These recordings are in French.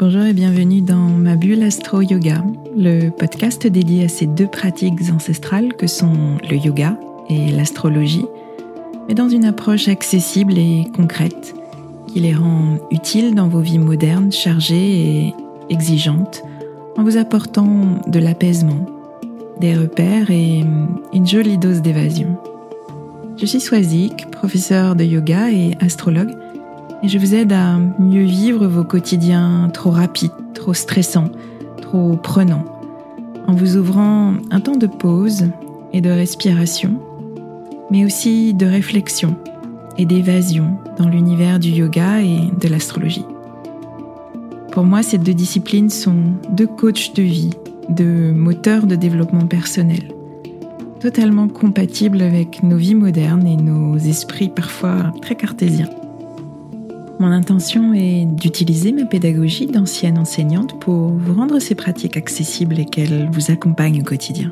Bonjour et bienvenue dans ma bulle Astro Yoga, le podcast dédié à ces deux pratiques ancestrales que sont le yoga et l'astrologie, mais dans une approche accessible et concrète qui les rend utiles dans vos vies modernes, chargées et exigeantes, en vous apportant de l'apaisement, des repères et une jolie dose d'évasion. Je suis Swazik, professeure de yoga et astrologue, et je vous aide à mieux vivre vos quotidiens trop rapides, trop stressants, trop prenants, en vous ouvrant un temps de pause et de respiration, mais aussi de réflexion et d'évasion dans l'univers du yoga et de l'astrologie. Pour moi, ces deux disciplines sont deux coachs de vie, deux moteurs de développement personnel, totalement compatibles avec nos vies modernes et nos esprits parfois très cartésiens. Mon intention est d'utiliser ma pédagogie d'ancienne enseignante pour vous rendre ces pratiques accessibles et qu'elles vous accompagnent au quotidien.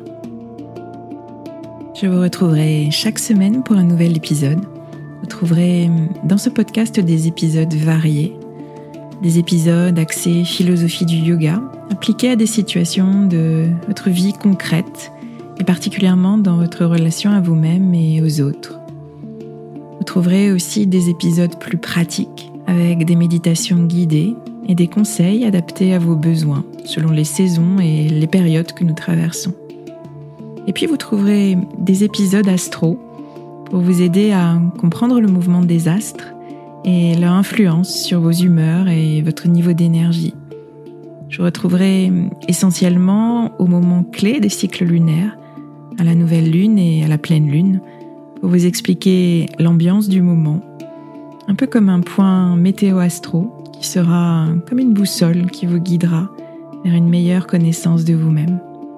Je vous retrouverai chaque semaine pour un nouvel épisode. Vous trouverez dans ce podcast des épisodes variés, des épisodes axés philosophie du yoga, appliqués à des situations de votre vie concrète et particulièrement dans votre relation à vous-même et aux autres. Vous trouverez aussi des épisodes plus pratiques avec des méditations guidées et des conseils adaptés à vos besoins selon les saisons et les périodes que nous traversons. Et puis vous trouverez des épisodes astro pour vous aider à comprendre le mouvement des astres et leur influence sur vos humeurs et votre niveau d'énergie. Je vous retrouverai essentiellement au moment clé des cycles lunaires, à la nouvelle lune et à la pleine lune, pour vous expliquer l'ambiance du moment, un peu comme un point météo-astro qui sera comme une boussole qui vous guidera vers une meilleure connaissance de vous-même.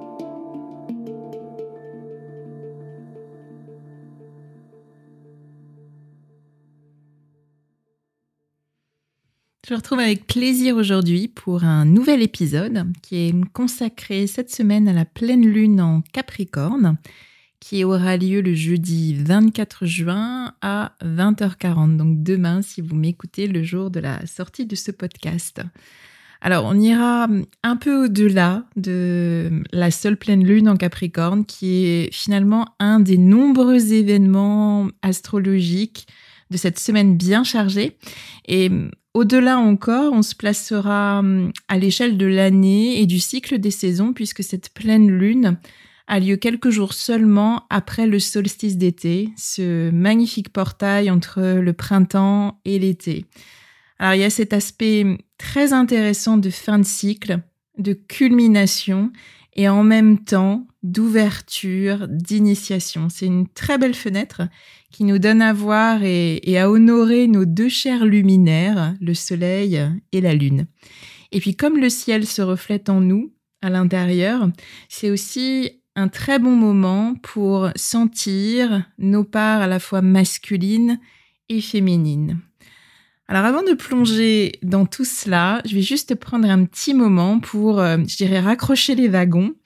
Je vous retrouve avec plaisir aujourd'hui pour un nouvel épisode qui est consacré cette semaine à la pleine lune en Capricorne, qui aura lieu le jeudi 24 juin à 20h40, donc demain si vous m'écoutez le jour de la sortie de ce podcast. Alors on ira un peu au-delà de la seule pleine lune en Capricorne, qui est finalement un des nombreux événements astrologiques de cette semaine bien chargée. Et au-delà encore, on se placera à l'échelle de l'année et du cycle des saisons, puisque cette pleine lune a lieu quelques jours seulement après le solstice d'été, ce magnifique portail entre le printemps et l'été. Alors il y a cet aspect très intéressant de fin de cycle, de culmination et en même temps d'ouverture, d'initiation. C'est une très belle fenêtre qui nous donne à voir et à honorer nos deux chers luminaires, le soleil et la lune. Et puis comme le ciel se reflète en nous, à l'intérieur, c'est aussi un très bon moment pour sentir nos parts à la fois masculines et féminines. Alors avant de plonger dans tout cela, je vais juste prendre un petit moment pour, raccrocher les wagons,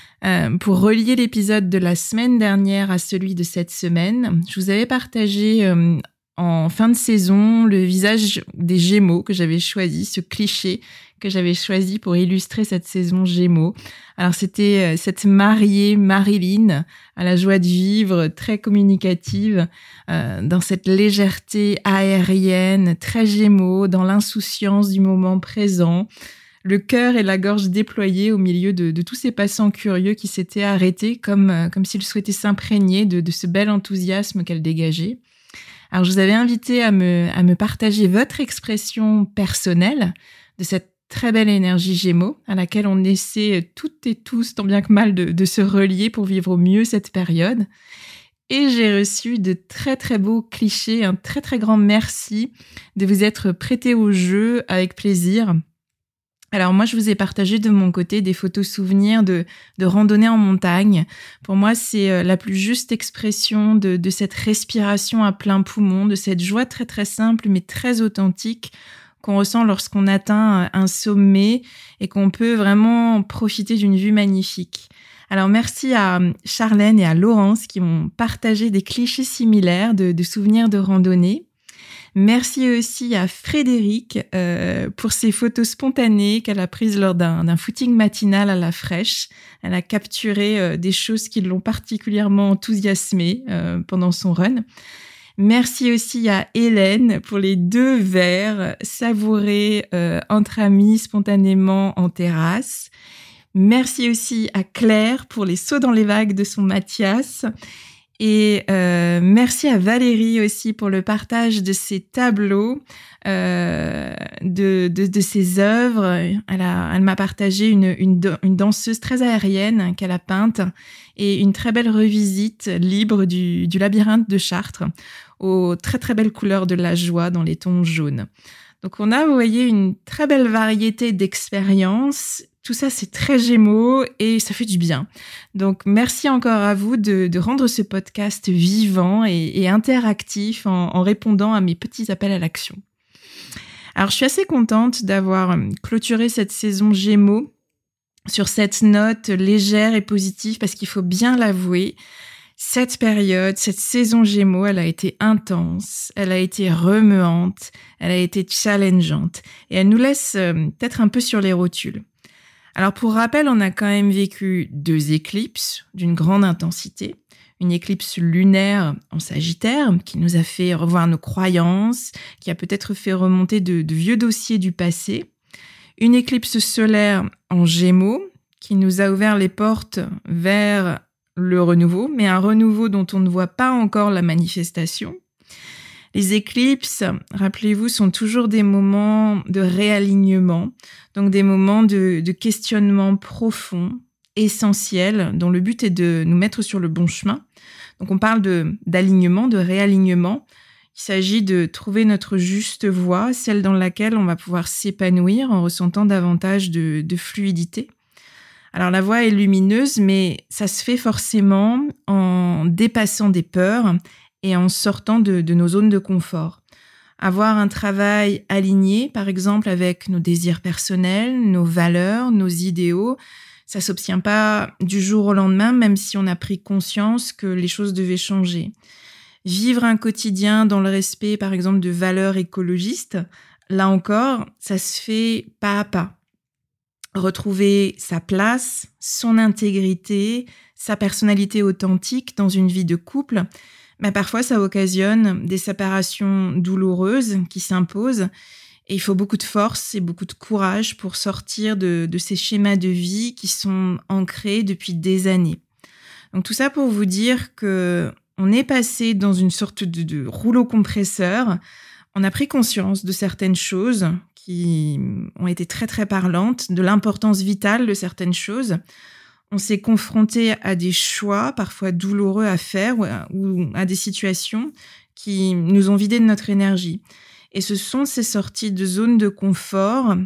pour relier l'épisode de la semaine dernière à celui de cette semaine. Je vous avais partagé en fin de saison le visage des Gémeaux que j'avais choisi, ce cliché que j'avais choisi pour illustrer cette saison Gémeaux. Alors c'était cette mariée Marilyn à la joie de vivre, très communicative, dans cette légèreté aérienne, très Gémeaux, dans l'insouciance du moment présent, le cœur et la gorge déployés au milieu de tous ces passants curieux qui s'étaient arrêtés comme s'ils souhaitaient s'imprégner de ce bel enthousiasme qu'elle dégageait. Alors je vous avais invité à me partager votre expression personnelle de cette très belle énergie Gémeaux à laquelle on essaie toutes et tous, tant bien que mal, de se relier pour vivre au mieux cette période. Et j'ai reçu de très très beaux clichés, un très très grand merci de vous être prêtés au jeu avec plaisir. Alors moi, je vous ai partagé de mon côté des photos souvenirs de randonnée en montagne. Pour moi, c'est la plus juste expression de cette respiration à plein poumon, de cette joie très très simple mais très authentique qu'on ressent lorsqu'on atteint un sommet et qu'on peut vraiment profiter d'une vue magnifique. Alors merci à Charlène et à Laurence qui m'ont partagé des clichés similaires de souvenirs de randonnée. Merci aussi à Frédéric pour ses photos spontanées qu'elle a prises lors d'un footing matinal à la fraîche. Elle a capturé des choses qui l'ont particulièrement enthousiasmée pendant son run. Merci aussi à Hélène pour les 2 verres savourés entre amis spontanément en terrasse. Merci aussi à Claire pour les sauts dans les vagues de son Mathias. Et merci à Valérie aussi pour le partage de ses tableaux, de ses œuvres. Elle m'a partagé une danseuse très aérienne qu'elle a peinte et une très belle revisite libre du labyrinthe de Chartres aux très très belles couleurs de la joie dans les tons jaunes. Donc on a, vous voyez, une très belle variété d'expériences. Tout ça, c'est très Gémeaux et ça fait du bien. Donc, merci encore à vous de rendre ce podcast vivant et interactif en répondant à mes petits appels à l'action. Alors, je suis assez contente d'avoir clôturé cette saison Gémeaux sur cette note légère et positive parce qu'il faut bien l'avouer, cette période, cette saison Gémeaux, elle a été intense, elle a été remuante, elle a été challengeante et elle nous laisse peut-être un peu sur les rotules. Alors pour rappel, on a quand même vécu 2 éclipses d'une grande intensité. Une éclipse lunaire en Sagittaire qui nous a fait revoir nos croyances, qui a peut-être fait remonter de vieux dossiers du passé. Une éclipse solaire en Gémeaux qui nous a ouvert les portes vers le renouveau, mais un renouveau dont on ne voit pas encore la manifestation. Les éclipses, rappelez-vous, sont toujours des moments de réalignement, donc des moments de questionnement profond, essentiel, dont le but est de nous mettre sur le bon chemin. Donc on parle d'alignement, de réalignement. Il s'agit de trouver notre juste voie, celle dans laquelle on va pouvoir s'épanouir en ressentant davantage de fluidité. Alors la voie est lumineuse, mais ça se fait forcément en dépassant des peurs et en sortant de nos zones de confort. Avoir un travail aligné, par exemple, avec nos désirs personnels, nos valeurs, nos idéaux, ça s'obtient pas du jour au lendemain, même si on a pris conscience que les choses devaient changer. Vivre un quotidien dans le respect, par exemple, de valeurs écologistes, là encore, ça se fait pas à pas. Retrouver sa place, son intégrité, sa personnalité authentique dans une vie de couple, mais parfois ça occasionne des séparations douloureuses qui s'imposent et il faut beaucoup de force et beaucoup de courage pour sortir de ces schémas de vie qui sont ancrés depuis des années. Donc tout ça pour vous dire que on est passé dans une sorte de rouleau compresseur. On a pris conscience de certaines choses qui ont été très très parlantes, de l'importance vitale de certaines choses. On s'est confronté à des choix parfois douloureux à faire ou à des situations qui nous ont vidé de notre énergie. Et ce sont ces sorties de zones de confort,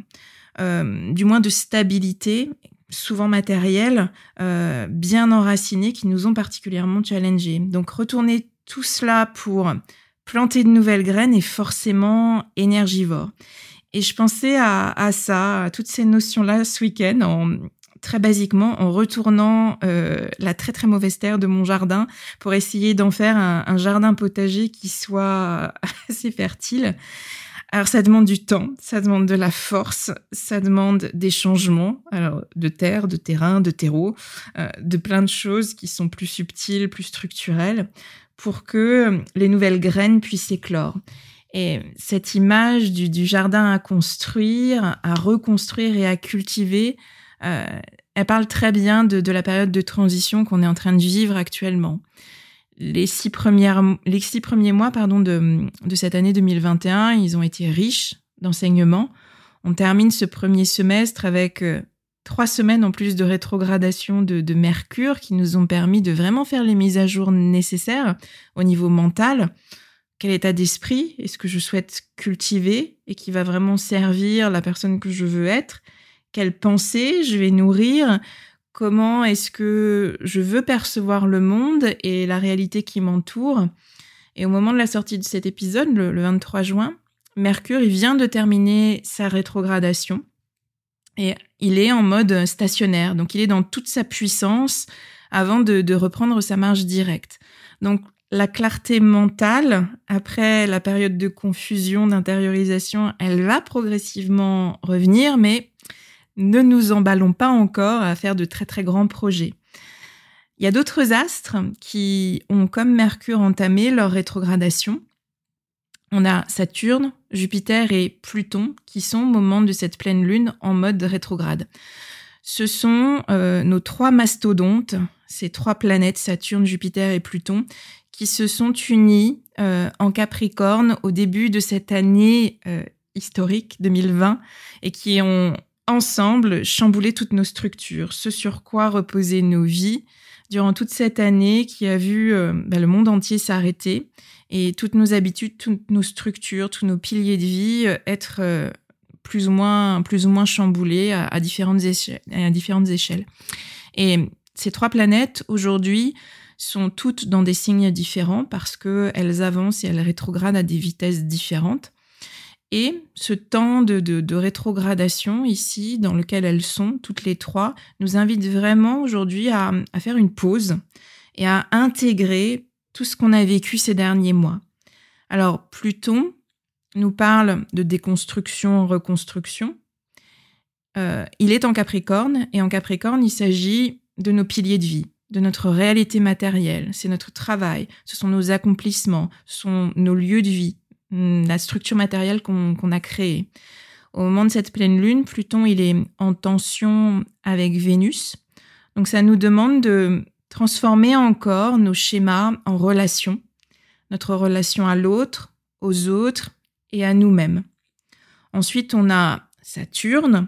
du moins de stabilité, souvent matérielles, bien enracinées, qui nous ont particulièrement challengés. Donc retourner tout cela pour planter de nouvelles graines est forcément énergivore. Et je pensais à ça, à toutes ces notions-là ce week-end, très basiquement, en retournant la très très mauvaise terre de mon jardin pour essayer d'en faire un jardin potager qui soit assez fertile. Alors ça demande du temps, ça demande de la force, ça demande des changements, alors de terre, de terrain, de terreau, de plein de choses qui sont plus subtiles, plus structurelles, pour que les nouvelles graines puissent éclore. Et cette image du jardin à construire, à reconstruire et à cultiver, elle parle très bien de la période de transition qu'on est en train de vivre actuellement. Les 6 premiers mois de cette année 2021, ils ont été riches d'enseignements. On termine ce premier semestre avec 3 semaines en plus de rétrogradation de Mercure qui nous ont permis de vraiment faire les mises à jour nécessaires au niveau mental. Quel état d'esprit est-ce que je souhaite cultiver et qui va vraiment servir la personne que je veux être ? Quelle pensée je vais nourrir ? Comment est-ce que je veux percevoir le monde et la réalité qui m'entoure ? Et au moment de la sortie de cet épisode, le 23 juin, Mercure il vient de terminer sa rétrogradation et il est en mode stationnaire. Donc, il est dans toute sa puissance avant de reprendre sa marche directe. Donc, la clarté mentale, après la période de confusion, d'intériorisation, elle va progressivement revenir, mais ne nous emballons pas encore à faire de très très grands projets. Il y a d'autres astres qui ont, comme Mercure, entamé leur rétrogradation. On a Saturne, Jupiter et Pluton qui sont au moment de cette pleine lune en mode rétrograde. Ce sont nos 3 mastodontes, ces 3 planètes, Saturne, Jupiter et Pluton, qui se sont unis en Capricorne au début de cette année historique 2020 et qui ont ensemble chamboulé toutes nos structures, ce sur quoi reposaient nos vies durant toute cette année qui a vu le monde entier s'arrêter et toutes nos habitudes, toutes nos structures, tous nos piliers de vie être plus ou moins chamboulés à différentes échelles. Et ces 3 planètes, aujourd'hui, sont toutes dans des signes différents parce qu'elles avancent et elles rétrogradent à des vitesses différentes. Et ce temps de rétrogradation ici, dans lequel elles sont, toutes les 3, nous invite vraiment aujourd'hui à faire une pause et à intégrer tout ce qu'on a vécu ces derniers mois. Alors, Pluton nous parle de déconstruction, reconstruction. Il est en Capricorne, et en Capricorne, il s'agit de nos piliers de vie, de notre réalité matérielle. C'est notre travail, ce sont nos accomplissements, ce sont nos lieux de vie, la structure matérielle qu'on a créée. Au moment de cette pleine lune, Pluton, il est en tension avec Vénus. Donc, ça nous demande de transformer encore nos schémas en relations, notre relation à l'autre, aux autres et à nous-mêmes. Ensuite, on a Saturne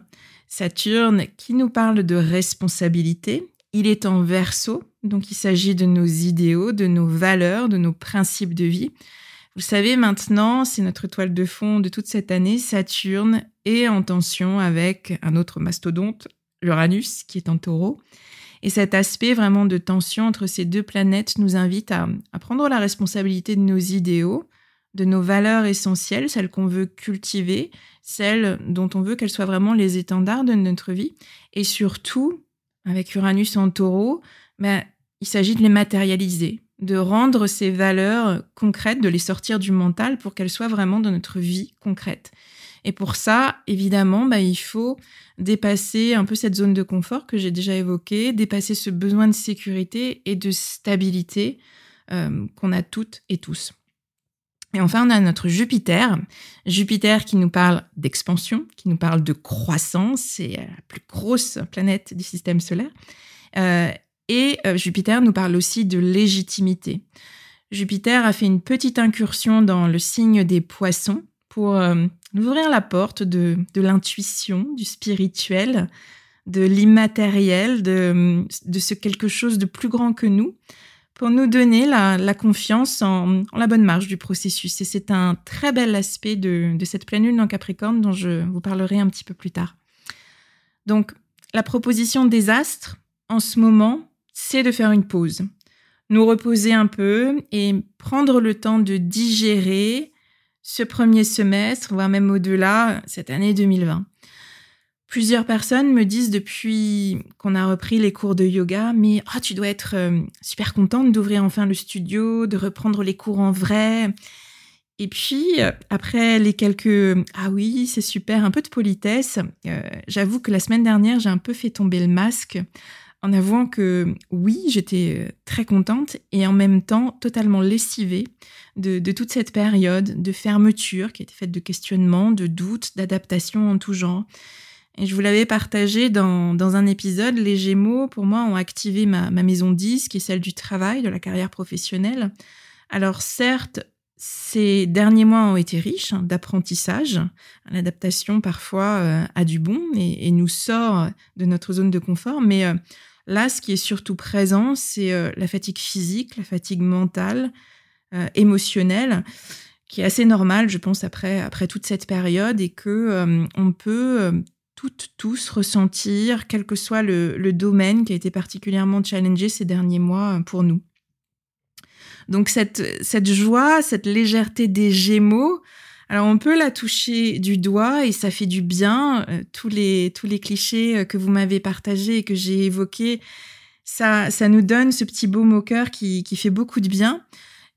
qui nous parle de responsabilité. Il est en Verseau, donc il s'agit de nos idéaux, de nos valeurs, de nos principes de vie. Vous savez, maintenant, c'est notre toile de fond de toute cette année. Saturne est en tension avec un autre mastodonte, Uranus, qui est en Taureau. Et cet aspect vraiment de tension entre ces 2 planètes nous invite à prendre la responsabilité de nos idéaux, de nos valeurs essentielles, celles qu'on veut cultiver, celles dont on veut qu'elles soient vraiment les étendards de notre vie. Et surtout, avec Uranus en Taureau, il s'agit de les matérialiser, de rendre ces valeurs concrètes, de les sortir du mental pour qu'elles soient vraiment dans notre vie concrète. Et pour ça, évidemment, il faut dépasser un peu cette zone de confort que j'ai déjà évoquée, dépasser ce besoin de sécurité et de stabilité qu'on a toutes et tous. Et enfin, on a notre Jupiter qui nous parle d'expansion, qui nous parle de croissance, c'est la plus grosse planète du système solaire. Et Jupiter nous parle aussi de légitimité. Jupiter a fait une petite incursion dans le signe des Poissons pour nous ouvrir la porte de l'intuition, du spirituel, de l'immatériel, de ce quelque chose de plus grand que nous, pour nous donner la confiance en la bonne marche du processus. Et c'est un très bel aspect de cette pleine lune en Capricorne dont je vous parlerai un petit peu plus tard. Donc, la proposition des astres, en ce moment, c'est de faire une pause. Nous reposer un peu et prendre le temps de digérer ce premier semestre, voire même au-delà, cette année 2020. Plusieurs personnes me disent depuis qu'on a repris les cours de yoga, mais tu dois être super contente d'ouvrir enfin le studio, de reprendre les cours en vrai. Et puis, après les quelques « ah oui, c'est super », un peu de politesse, j'avoue que la semaine dernière, j'ai un peu fait tomber le masque en avouant que oui, j'étais très contente et en même temps totalement lessivée de toute cette période de fermeture qui était faite de questionnements, de doutes, d'adaptations en tout genre. Et je vous l'avais partagé dans un épisode, les Gémeaux, pour moi, ont activé ma maison 10, qui est celle du travail, de la carrière professionnelle. Alors certes, ces derniers mois ont été riches d'apprentissage. L'adaptation, parfois, a du bon et nous sort de notre zone de confort. Mais là, ce qui est surtout présent, c'est la fatigue physique, la fatigue mentale, émotionnelle, qui est assez normale, je pense, après toute cette période et que on peut tous ressentir, quel que soit le domaine qui a été particulièrement challengé ces derniers mois pour nous. Donc cette joie, cette légèreté des Gémeaux, alors on peut la toucher du doigt et ça fait du bien. Tous les clichés que vous m'avez partagés et que j'ai évoqués, ça nous donne ce petit baume au cœur qui fait beaucoup de bien.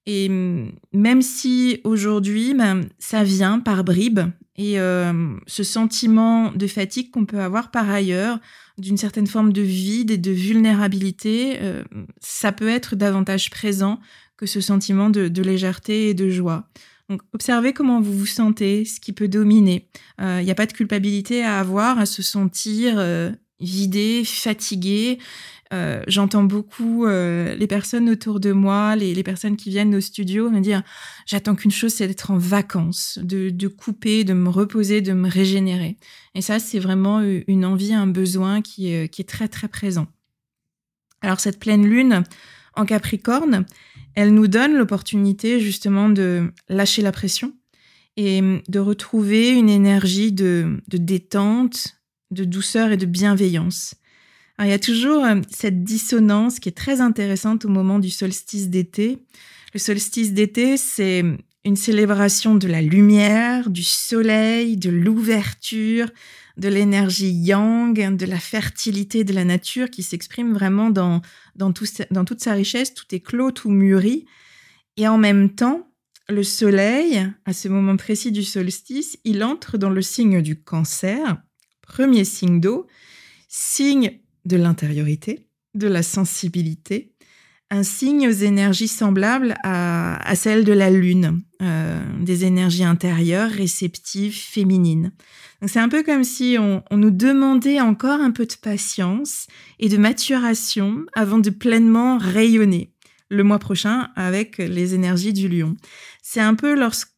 Et même si aujourd'hui, ça vient par bribes et ce sentiment de fatigue qu'on peut avoir par ailleurs, d'une certaine forme de vide et de vulnérabilité, ça peut être davantage présent que ce sentiment de légèreté et de joie. Donc, observez comment vous vous sentez, ce qui peut dominer. Il n'y a pas de culpabilité à avoir, à se sentir vidé, fatigué. J'entends beaucoup les personnes autour de moi, les personnes qui viennent au studio me dire « J'attends qu'une chose, c'est d'être en vacances, de couper, de me reposer, de me régénérer. » Et ça, c'est vraiment une envie, un besoin qui est très, très présent. Alors, cette pleine lune en Capricorne, elle nous donne l'opportunité justement de lâcher la pression et de retrouver une énergie de détente, de douceur et de bienveillance. Alors, il y a toujours cette dissonance qui est très intéressante au moment du solstice d'été. Le solstice d'été, c'est une célébration de la lumière, du soleil, de l'ouverture, de l'énergie yang, de la fertilité de la nature qui s'exprime vraiment dans toute sa richesse. Tout est clos, tout mûri. Et en même temps, le soleil, à ce moment précis du solstice, il entre dans le signe du Cancer, premier signe d'eau, signe de l'intériorité, de la sensibilité, un signe aux énergies semblables à celles de la lune, des énergies intérieures, réceptives, féminines. Donc c'est un peu comme si on nous demandait encore un peu de patience et de maturation avant de pleinement rayonner le mois prochain avec les énergies du lion. C'est un peu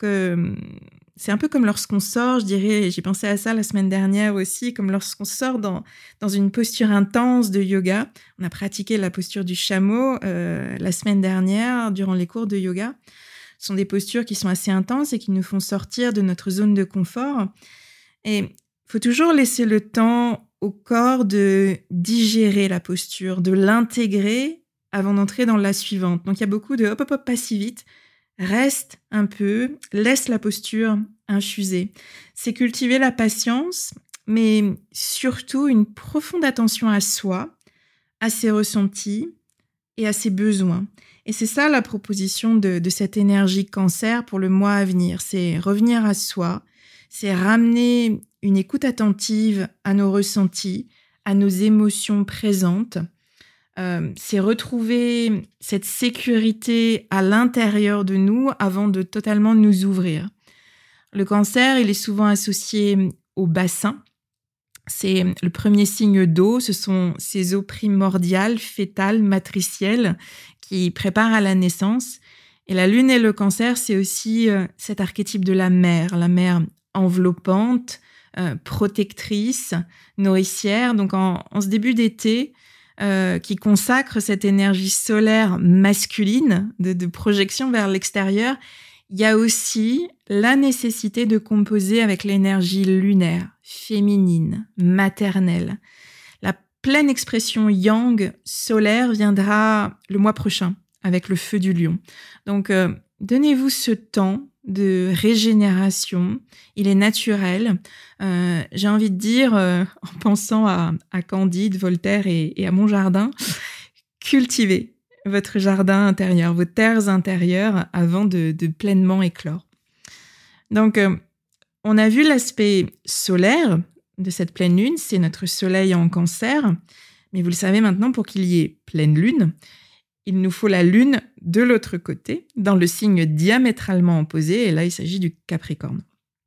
comme lorsqu'on sort, je dirais, j'ai pensé à ça la semaine dernière aussi, comme lorsqu'on sort dans une posture intense de yoga. On a pratiqué la posture du chameau la semaine dernière durant les cours de yoga. Ce sont des postures qui sont assez intenses et qui nous font sortir de notre zone de confort. Et il faut toujours laisser le temps au corps de digérer la posture, de l'intégrer avant d'entrer dans la suivante. Donc il y a beaucoup de hop, hop, hop, pas si vite. Reste un peu, laisse la posture infuser. C'est cultiver la patience, mais surtout une profonde attention à soi, à ses ressentis et à ses besoins. Et c'est ça la proposition de cette énergie Cancer pour le mois à venir. C'est revenir à soi, c'est ramener une écoute attentive à nos ressentis, à nos émotions présentes. C'est retrouver cette sécurité à l'intérieur de nous avant de totalement nous ouvrir. Le Cancer, il est souvent associé au bassin. C'est le premier signe d'eau. Ce sont ces eaux primordiales, fétales, matricielles qui préparent à la naissance. Et la Lune et le Cancer, c'est aussi cet archétype de la mer enveloppante, protectrice, nourricière. Donc en ce début d'été, qui consacre cette énergie solaire masculine de projection vers l'extérieur, il y a aussi la nécessité de composer avec l'énergie lunaire, féminine, maternelle. La pleine expression yang solaire viendra le mois prochain avec le feu du lion. Donc, donnez-vous ce temps de régénération. Il est naturel. J'ai envie de dire, en pensant à Candide, Voltaire et à mon jardin, cultivez votre jardin intérieur, vos terres intérieures avant de pleinement éclore. Donc, on a vu l'aspect solaire de cette pleine lune, c'est notre soleil en Cancer. Mais vous le savez maintenant, pour qu'il y ait pleine lune, il nous faut la lune de l'autre côté, dans le signe diamétralement opposé, et là, il s'agit du Capricorne.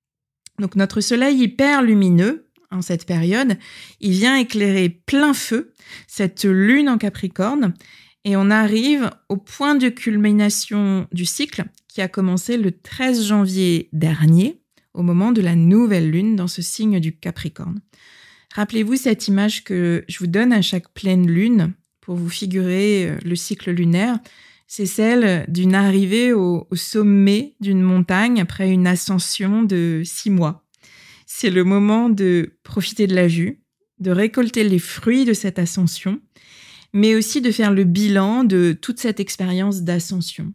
Donc, notre soleil hyper lumineux, en cette période, il vient éclairer plein feu cette lune en Capricorne, et on arrive au point de culmination du cycle qui a commencé le 13 janvier dernier, au moment de la nouvelle lune dans ce signe du Capricorne. Rappelez-vous cette image que je vous donne à chaque pleine lune pour vous figurer le cycle lunaire. C'est celle d'une arrivée au sommet d'une montagne après une ascension de 6 mois. C'est le moment de profiter de la vue, de récolter les fruits de cette ascension, mais aussi de faire le bilan de toute cette expérience d'ascension.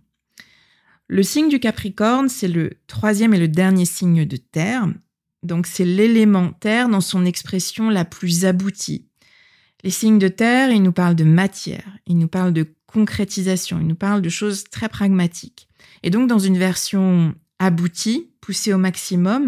Le signe du Capricorne, c'est le 3e et le dernier signe de terre. Donc, c'est l'élément terre dans son expression la plus aboutie. Les signes de terre, ils nous parlent de matière, ils nous parlent de concrétisation, ils nous parlent de choses très pragmatiques. Et donc, dans une version aboutie, poussée au maximum,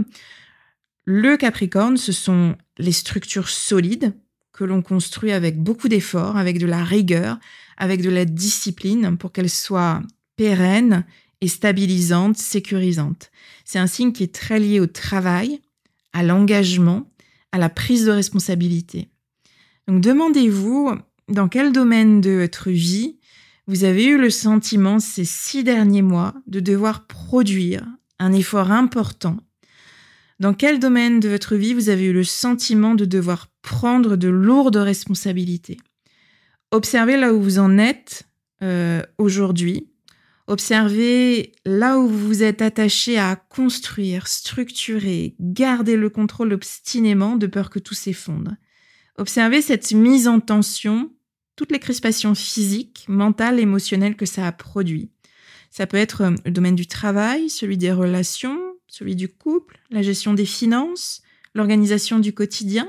le Capricorne, ce sont les structures solides que l'on construit avec beaucoup d'efforts, avec de la rigueur, avec de la discipline pour qu'elles soient pérennes et stabilisantes, sécurisantes. C'est un signe qui est très lié au travail, à l'engagement, à la prise de responsabilité. Donc demandez-vous dans quel domaine de votre vie vous avez eu le sentiment ces 6 derniers mois de devoir produire un effort important. Dans quel domaine de votre vie vous avez eu le sentiment de devoir prendre de lourdes responsabilités. Observez là où vous en êtes aujourd'hui. Observez là où vous vous êtes attaché à construire, structurer, garder le contrôle obstinément de peur que tout s'effondre. Observez cette mise en tension, toutes les crispations physiques, mentales, émotionnelles que ça a produit. Ça peut être le domaine du travail, celui des relations, celui du couple, la gestion des finances, l'organisation du quotidien.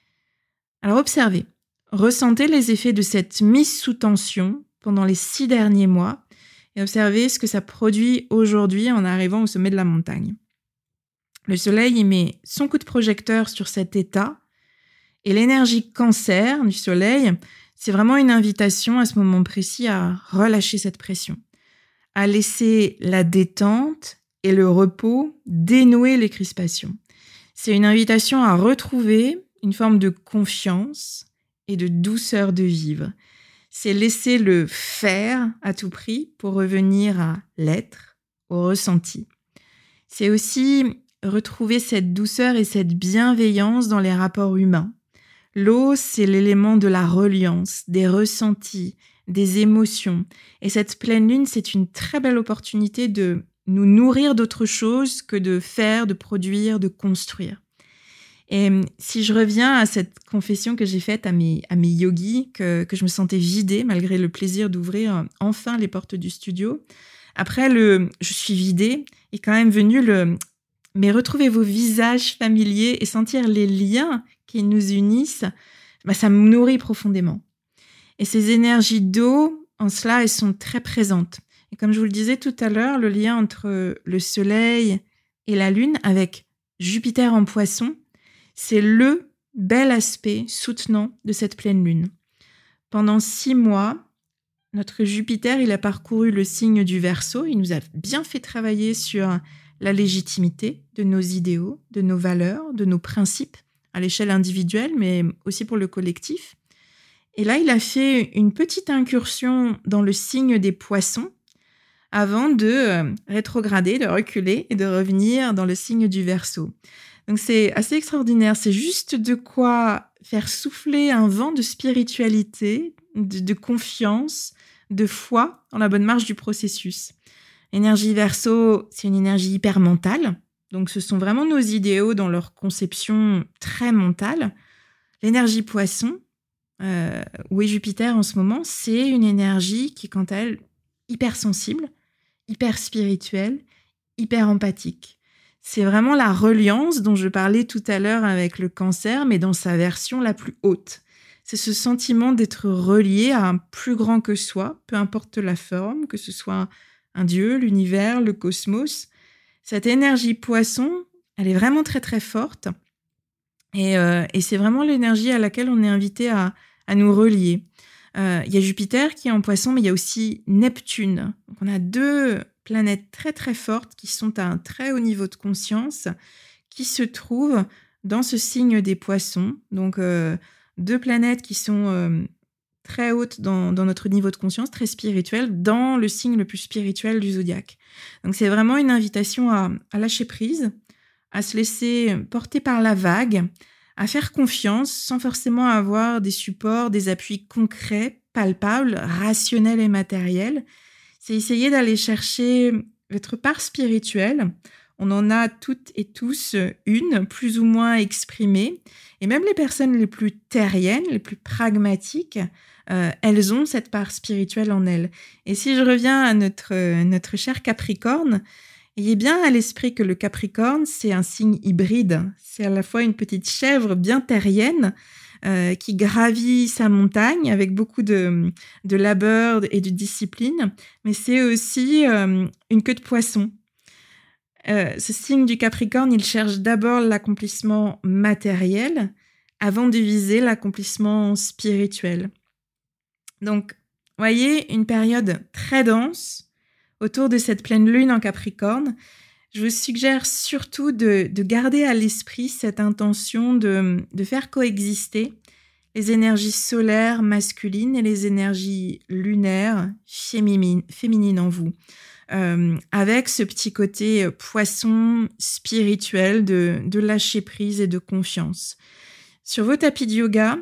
Alors observez, ressentez les effets de cette mise sous tension pendant les 6 derniers mois et observez ce que ça produit aujourd'hui en arrivant au sommet de la montagne. Le soleil y met son coup de projecteur sur cet état et l'énergie cancer du soleil, c'est vraiment une invitation à ce moment précis à relâcher cette pression, à laisser la détente et le repos dénouer les crispations. C'est une invitation à retrouver une forme de confiance et de douceur de vivre. C'est laisser le faire à tout prix pour revenir à l'être, au ressenti. C'est aussi retrouver cette douceur et cette bienveillance dans les rapports humains. L'eau, c'est l'élément de la reliance, des ressentis, des émotions. Et cette pleine lune, c'est une très belle opportunité de nous nourrir d'autre chose que de faire, de produire, de construire. Et si je reviens à cette confession que j'ai faite à mes yogis, que je me sentais vidée malgré le plaisir d'ouvrir enfin les portes du studio, après je suis vidée, est quand même venu mais retrouver vos visages familiers et sentir les liens qui nous unissent, ça me nourrit profondément. Et ces énergies d'eau, en cela, elles sont très présentes. Et comme je vous le disais tout à l'heure, le lien entre le soleil et la lune avec Jupiter en poisson, c'est le bel aspect soutenant de cette pleine lune. Pendant 6 mois, notre Jupiter, il a parcouru le signe du Verseau. Il nous a bien fait travailler sur la légitimité de nos idéaux, de nos valeurs, de nos principes, à l'échelle individuelle, mais aussi pour le collectif. Et là, il a fait une petite incursion dans le signe des Poissons avant de rétrograder, de reculer et de revenir dans le signe du Verseau. Donc c'est assez extraordinaire, c'est juste de quoi faire souffler un vent de spiritualité, de confiance, de foi dans la bonne marche du processus. L'énergie Verseau, c'est une énergie hyper mentale, donc ce sont vraiment nos idéaux dans leur conception très mentale. L'énergie Poisson, où est Jupiter en ce moment, c'est une énergie qui est quant à elle hyper sensible, hyper spirituelle, hyper empathique. C'est vraiment la reliance dont je parlais tout à l'heure avec le Cancer, mais dans sa version la plus haute. C'est ce sentiment d'être relié à un plus grand que soi, peu importe la forme, que ce soit un dieu, l'univers, le cosmos. Cette énergie Poisson, elle est vraiment très très forte. Et c'est vraiment l'énergie à laquelle on est invité à nous relier. Il y a Jupiter qui est en Poisson, mais il y a aussi Neptune. Donc on a 2 planètes très très fortes qui sont à un très haut niveau de conscience, qui se trouvent dans ce signe des Poissons. Donc 2 planètes qui sont très hautes dans notre niveau de conscience, très spirituelles, dans le signe le plus spirituel du zodiaque. Donc c'est vraiment une invitation à lâcher prise, à se laisser porter par la vague, à faire confiance sans forcément avoir des supports, des appuis concrets, palpables, rationnels et matériels. C'est essayer d'aller chercher votre part spirituelle. On en a toutes et tous une, plus ou moins exprimée. Et même les personnes les plus terriennes, les plus pragmatiques, elles ont cette part spirituelle en elles. Et si je reviens à notre cher Capricorne, ayez bien à l'esprit que le Capricorne, c'est un signe hybride. C'est à la fois une petite chèvre bien terrienne, qui gravit sa montagne avec beaucoup de labeur et de discipline, mais c'est aussi une queue de poisson. Ce signe du Capricorne, il cherche d'abord l'accomplissement matériel avant de viser l'accomplissement spirituel. Donc, voyez, une période très dense autour de cette pleine lune en Capricorne. Je vous suggère surtout de garder à l'esprit cette intention de faire coexister les énergies solaires masculines et les énergies lunaires féminines en vous. Avec ce petit côté poisson spirituel de lâcher prise et de confiance. Sur vos tapis de yoga,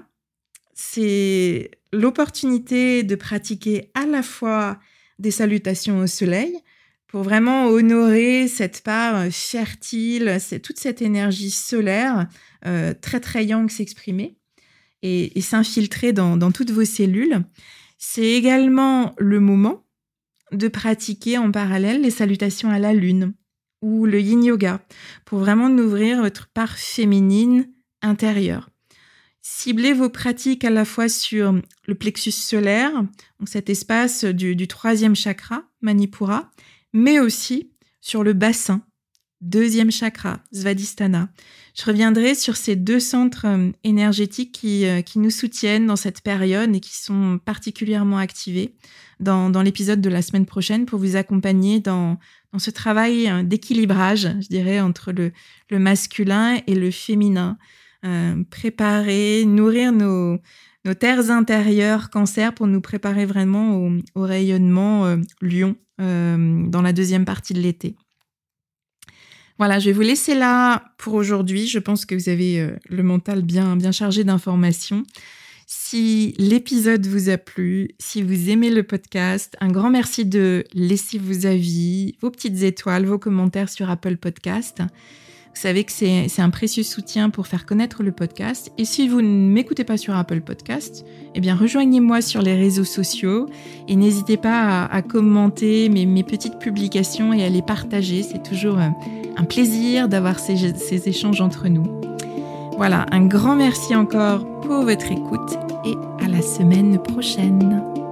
c'est l'opportunité de pratiquer à la fois des salutations au soleil pour vraiment honorer cette part fertile, toute cette énergie solaire très très yang s'exprimer et s'infiltrer dans toutes vos cellules. C'est également le moment de pratiquer en parallèle les salutations à la lune ou le yin yoga pour vraiment ouvrir votre part féminine intérieure. Ciblez vos pratiques à la fois sur le plexus solaire, donc cet espace du 3e chakra, Manipura, mais aussi sur le bassin, 2e chakra, Svadhisthana. Je reviendrai sur ces 2 centres énergétiques qui nous soutiennent dans cette période et qui sont particulièrement activés dans l'épisode de la semaine prochaine pour vous accompagner dans ce travail d'équilibrage, je dirais, entre le masculin et le féminin. Préparer, nourrir nos terres intérieures Cancer pour nous préparer vraiment au rayonnement Lion dans la 2e partie de l'été. Voilà, je vais vous laisser là pour aujourd'hui. Je pense que vous avez le mental bien chargé d'informations. Si l'épisode vous a plu, si vous aimez le podcast, un grand merci de laisser vos avis, vos petites étoiles, vos commentaires sur Apple Podcast. Vous savez que c'est un précieux soutien pour faire connaître le podcast. Et si vous ne m'écoutez pas sur Apple Podcast, eh bien rejoignez-moi sur les réseaux sociaux et n'hésitez pas à commenter mes petites publications et à les partager. C'est toujours un plaisir d'avoir ces échanges entre nous. Voilà, un grand merci encore pour votre écoute et à la semaine prochaine.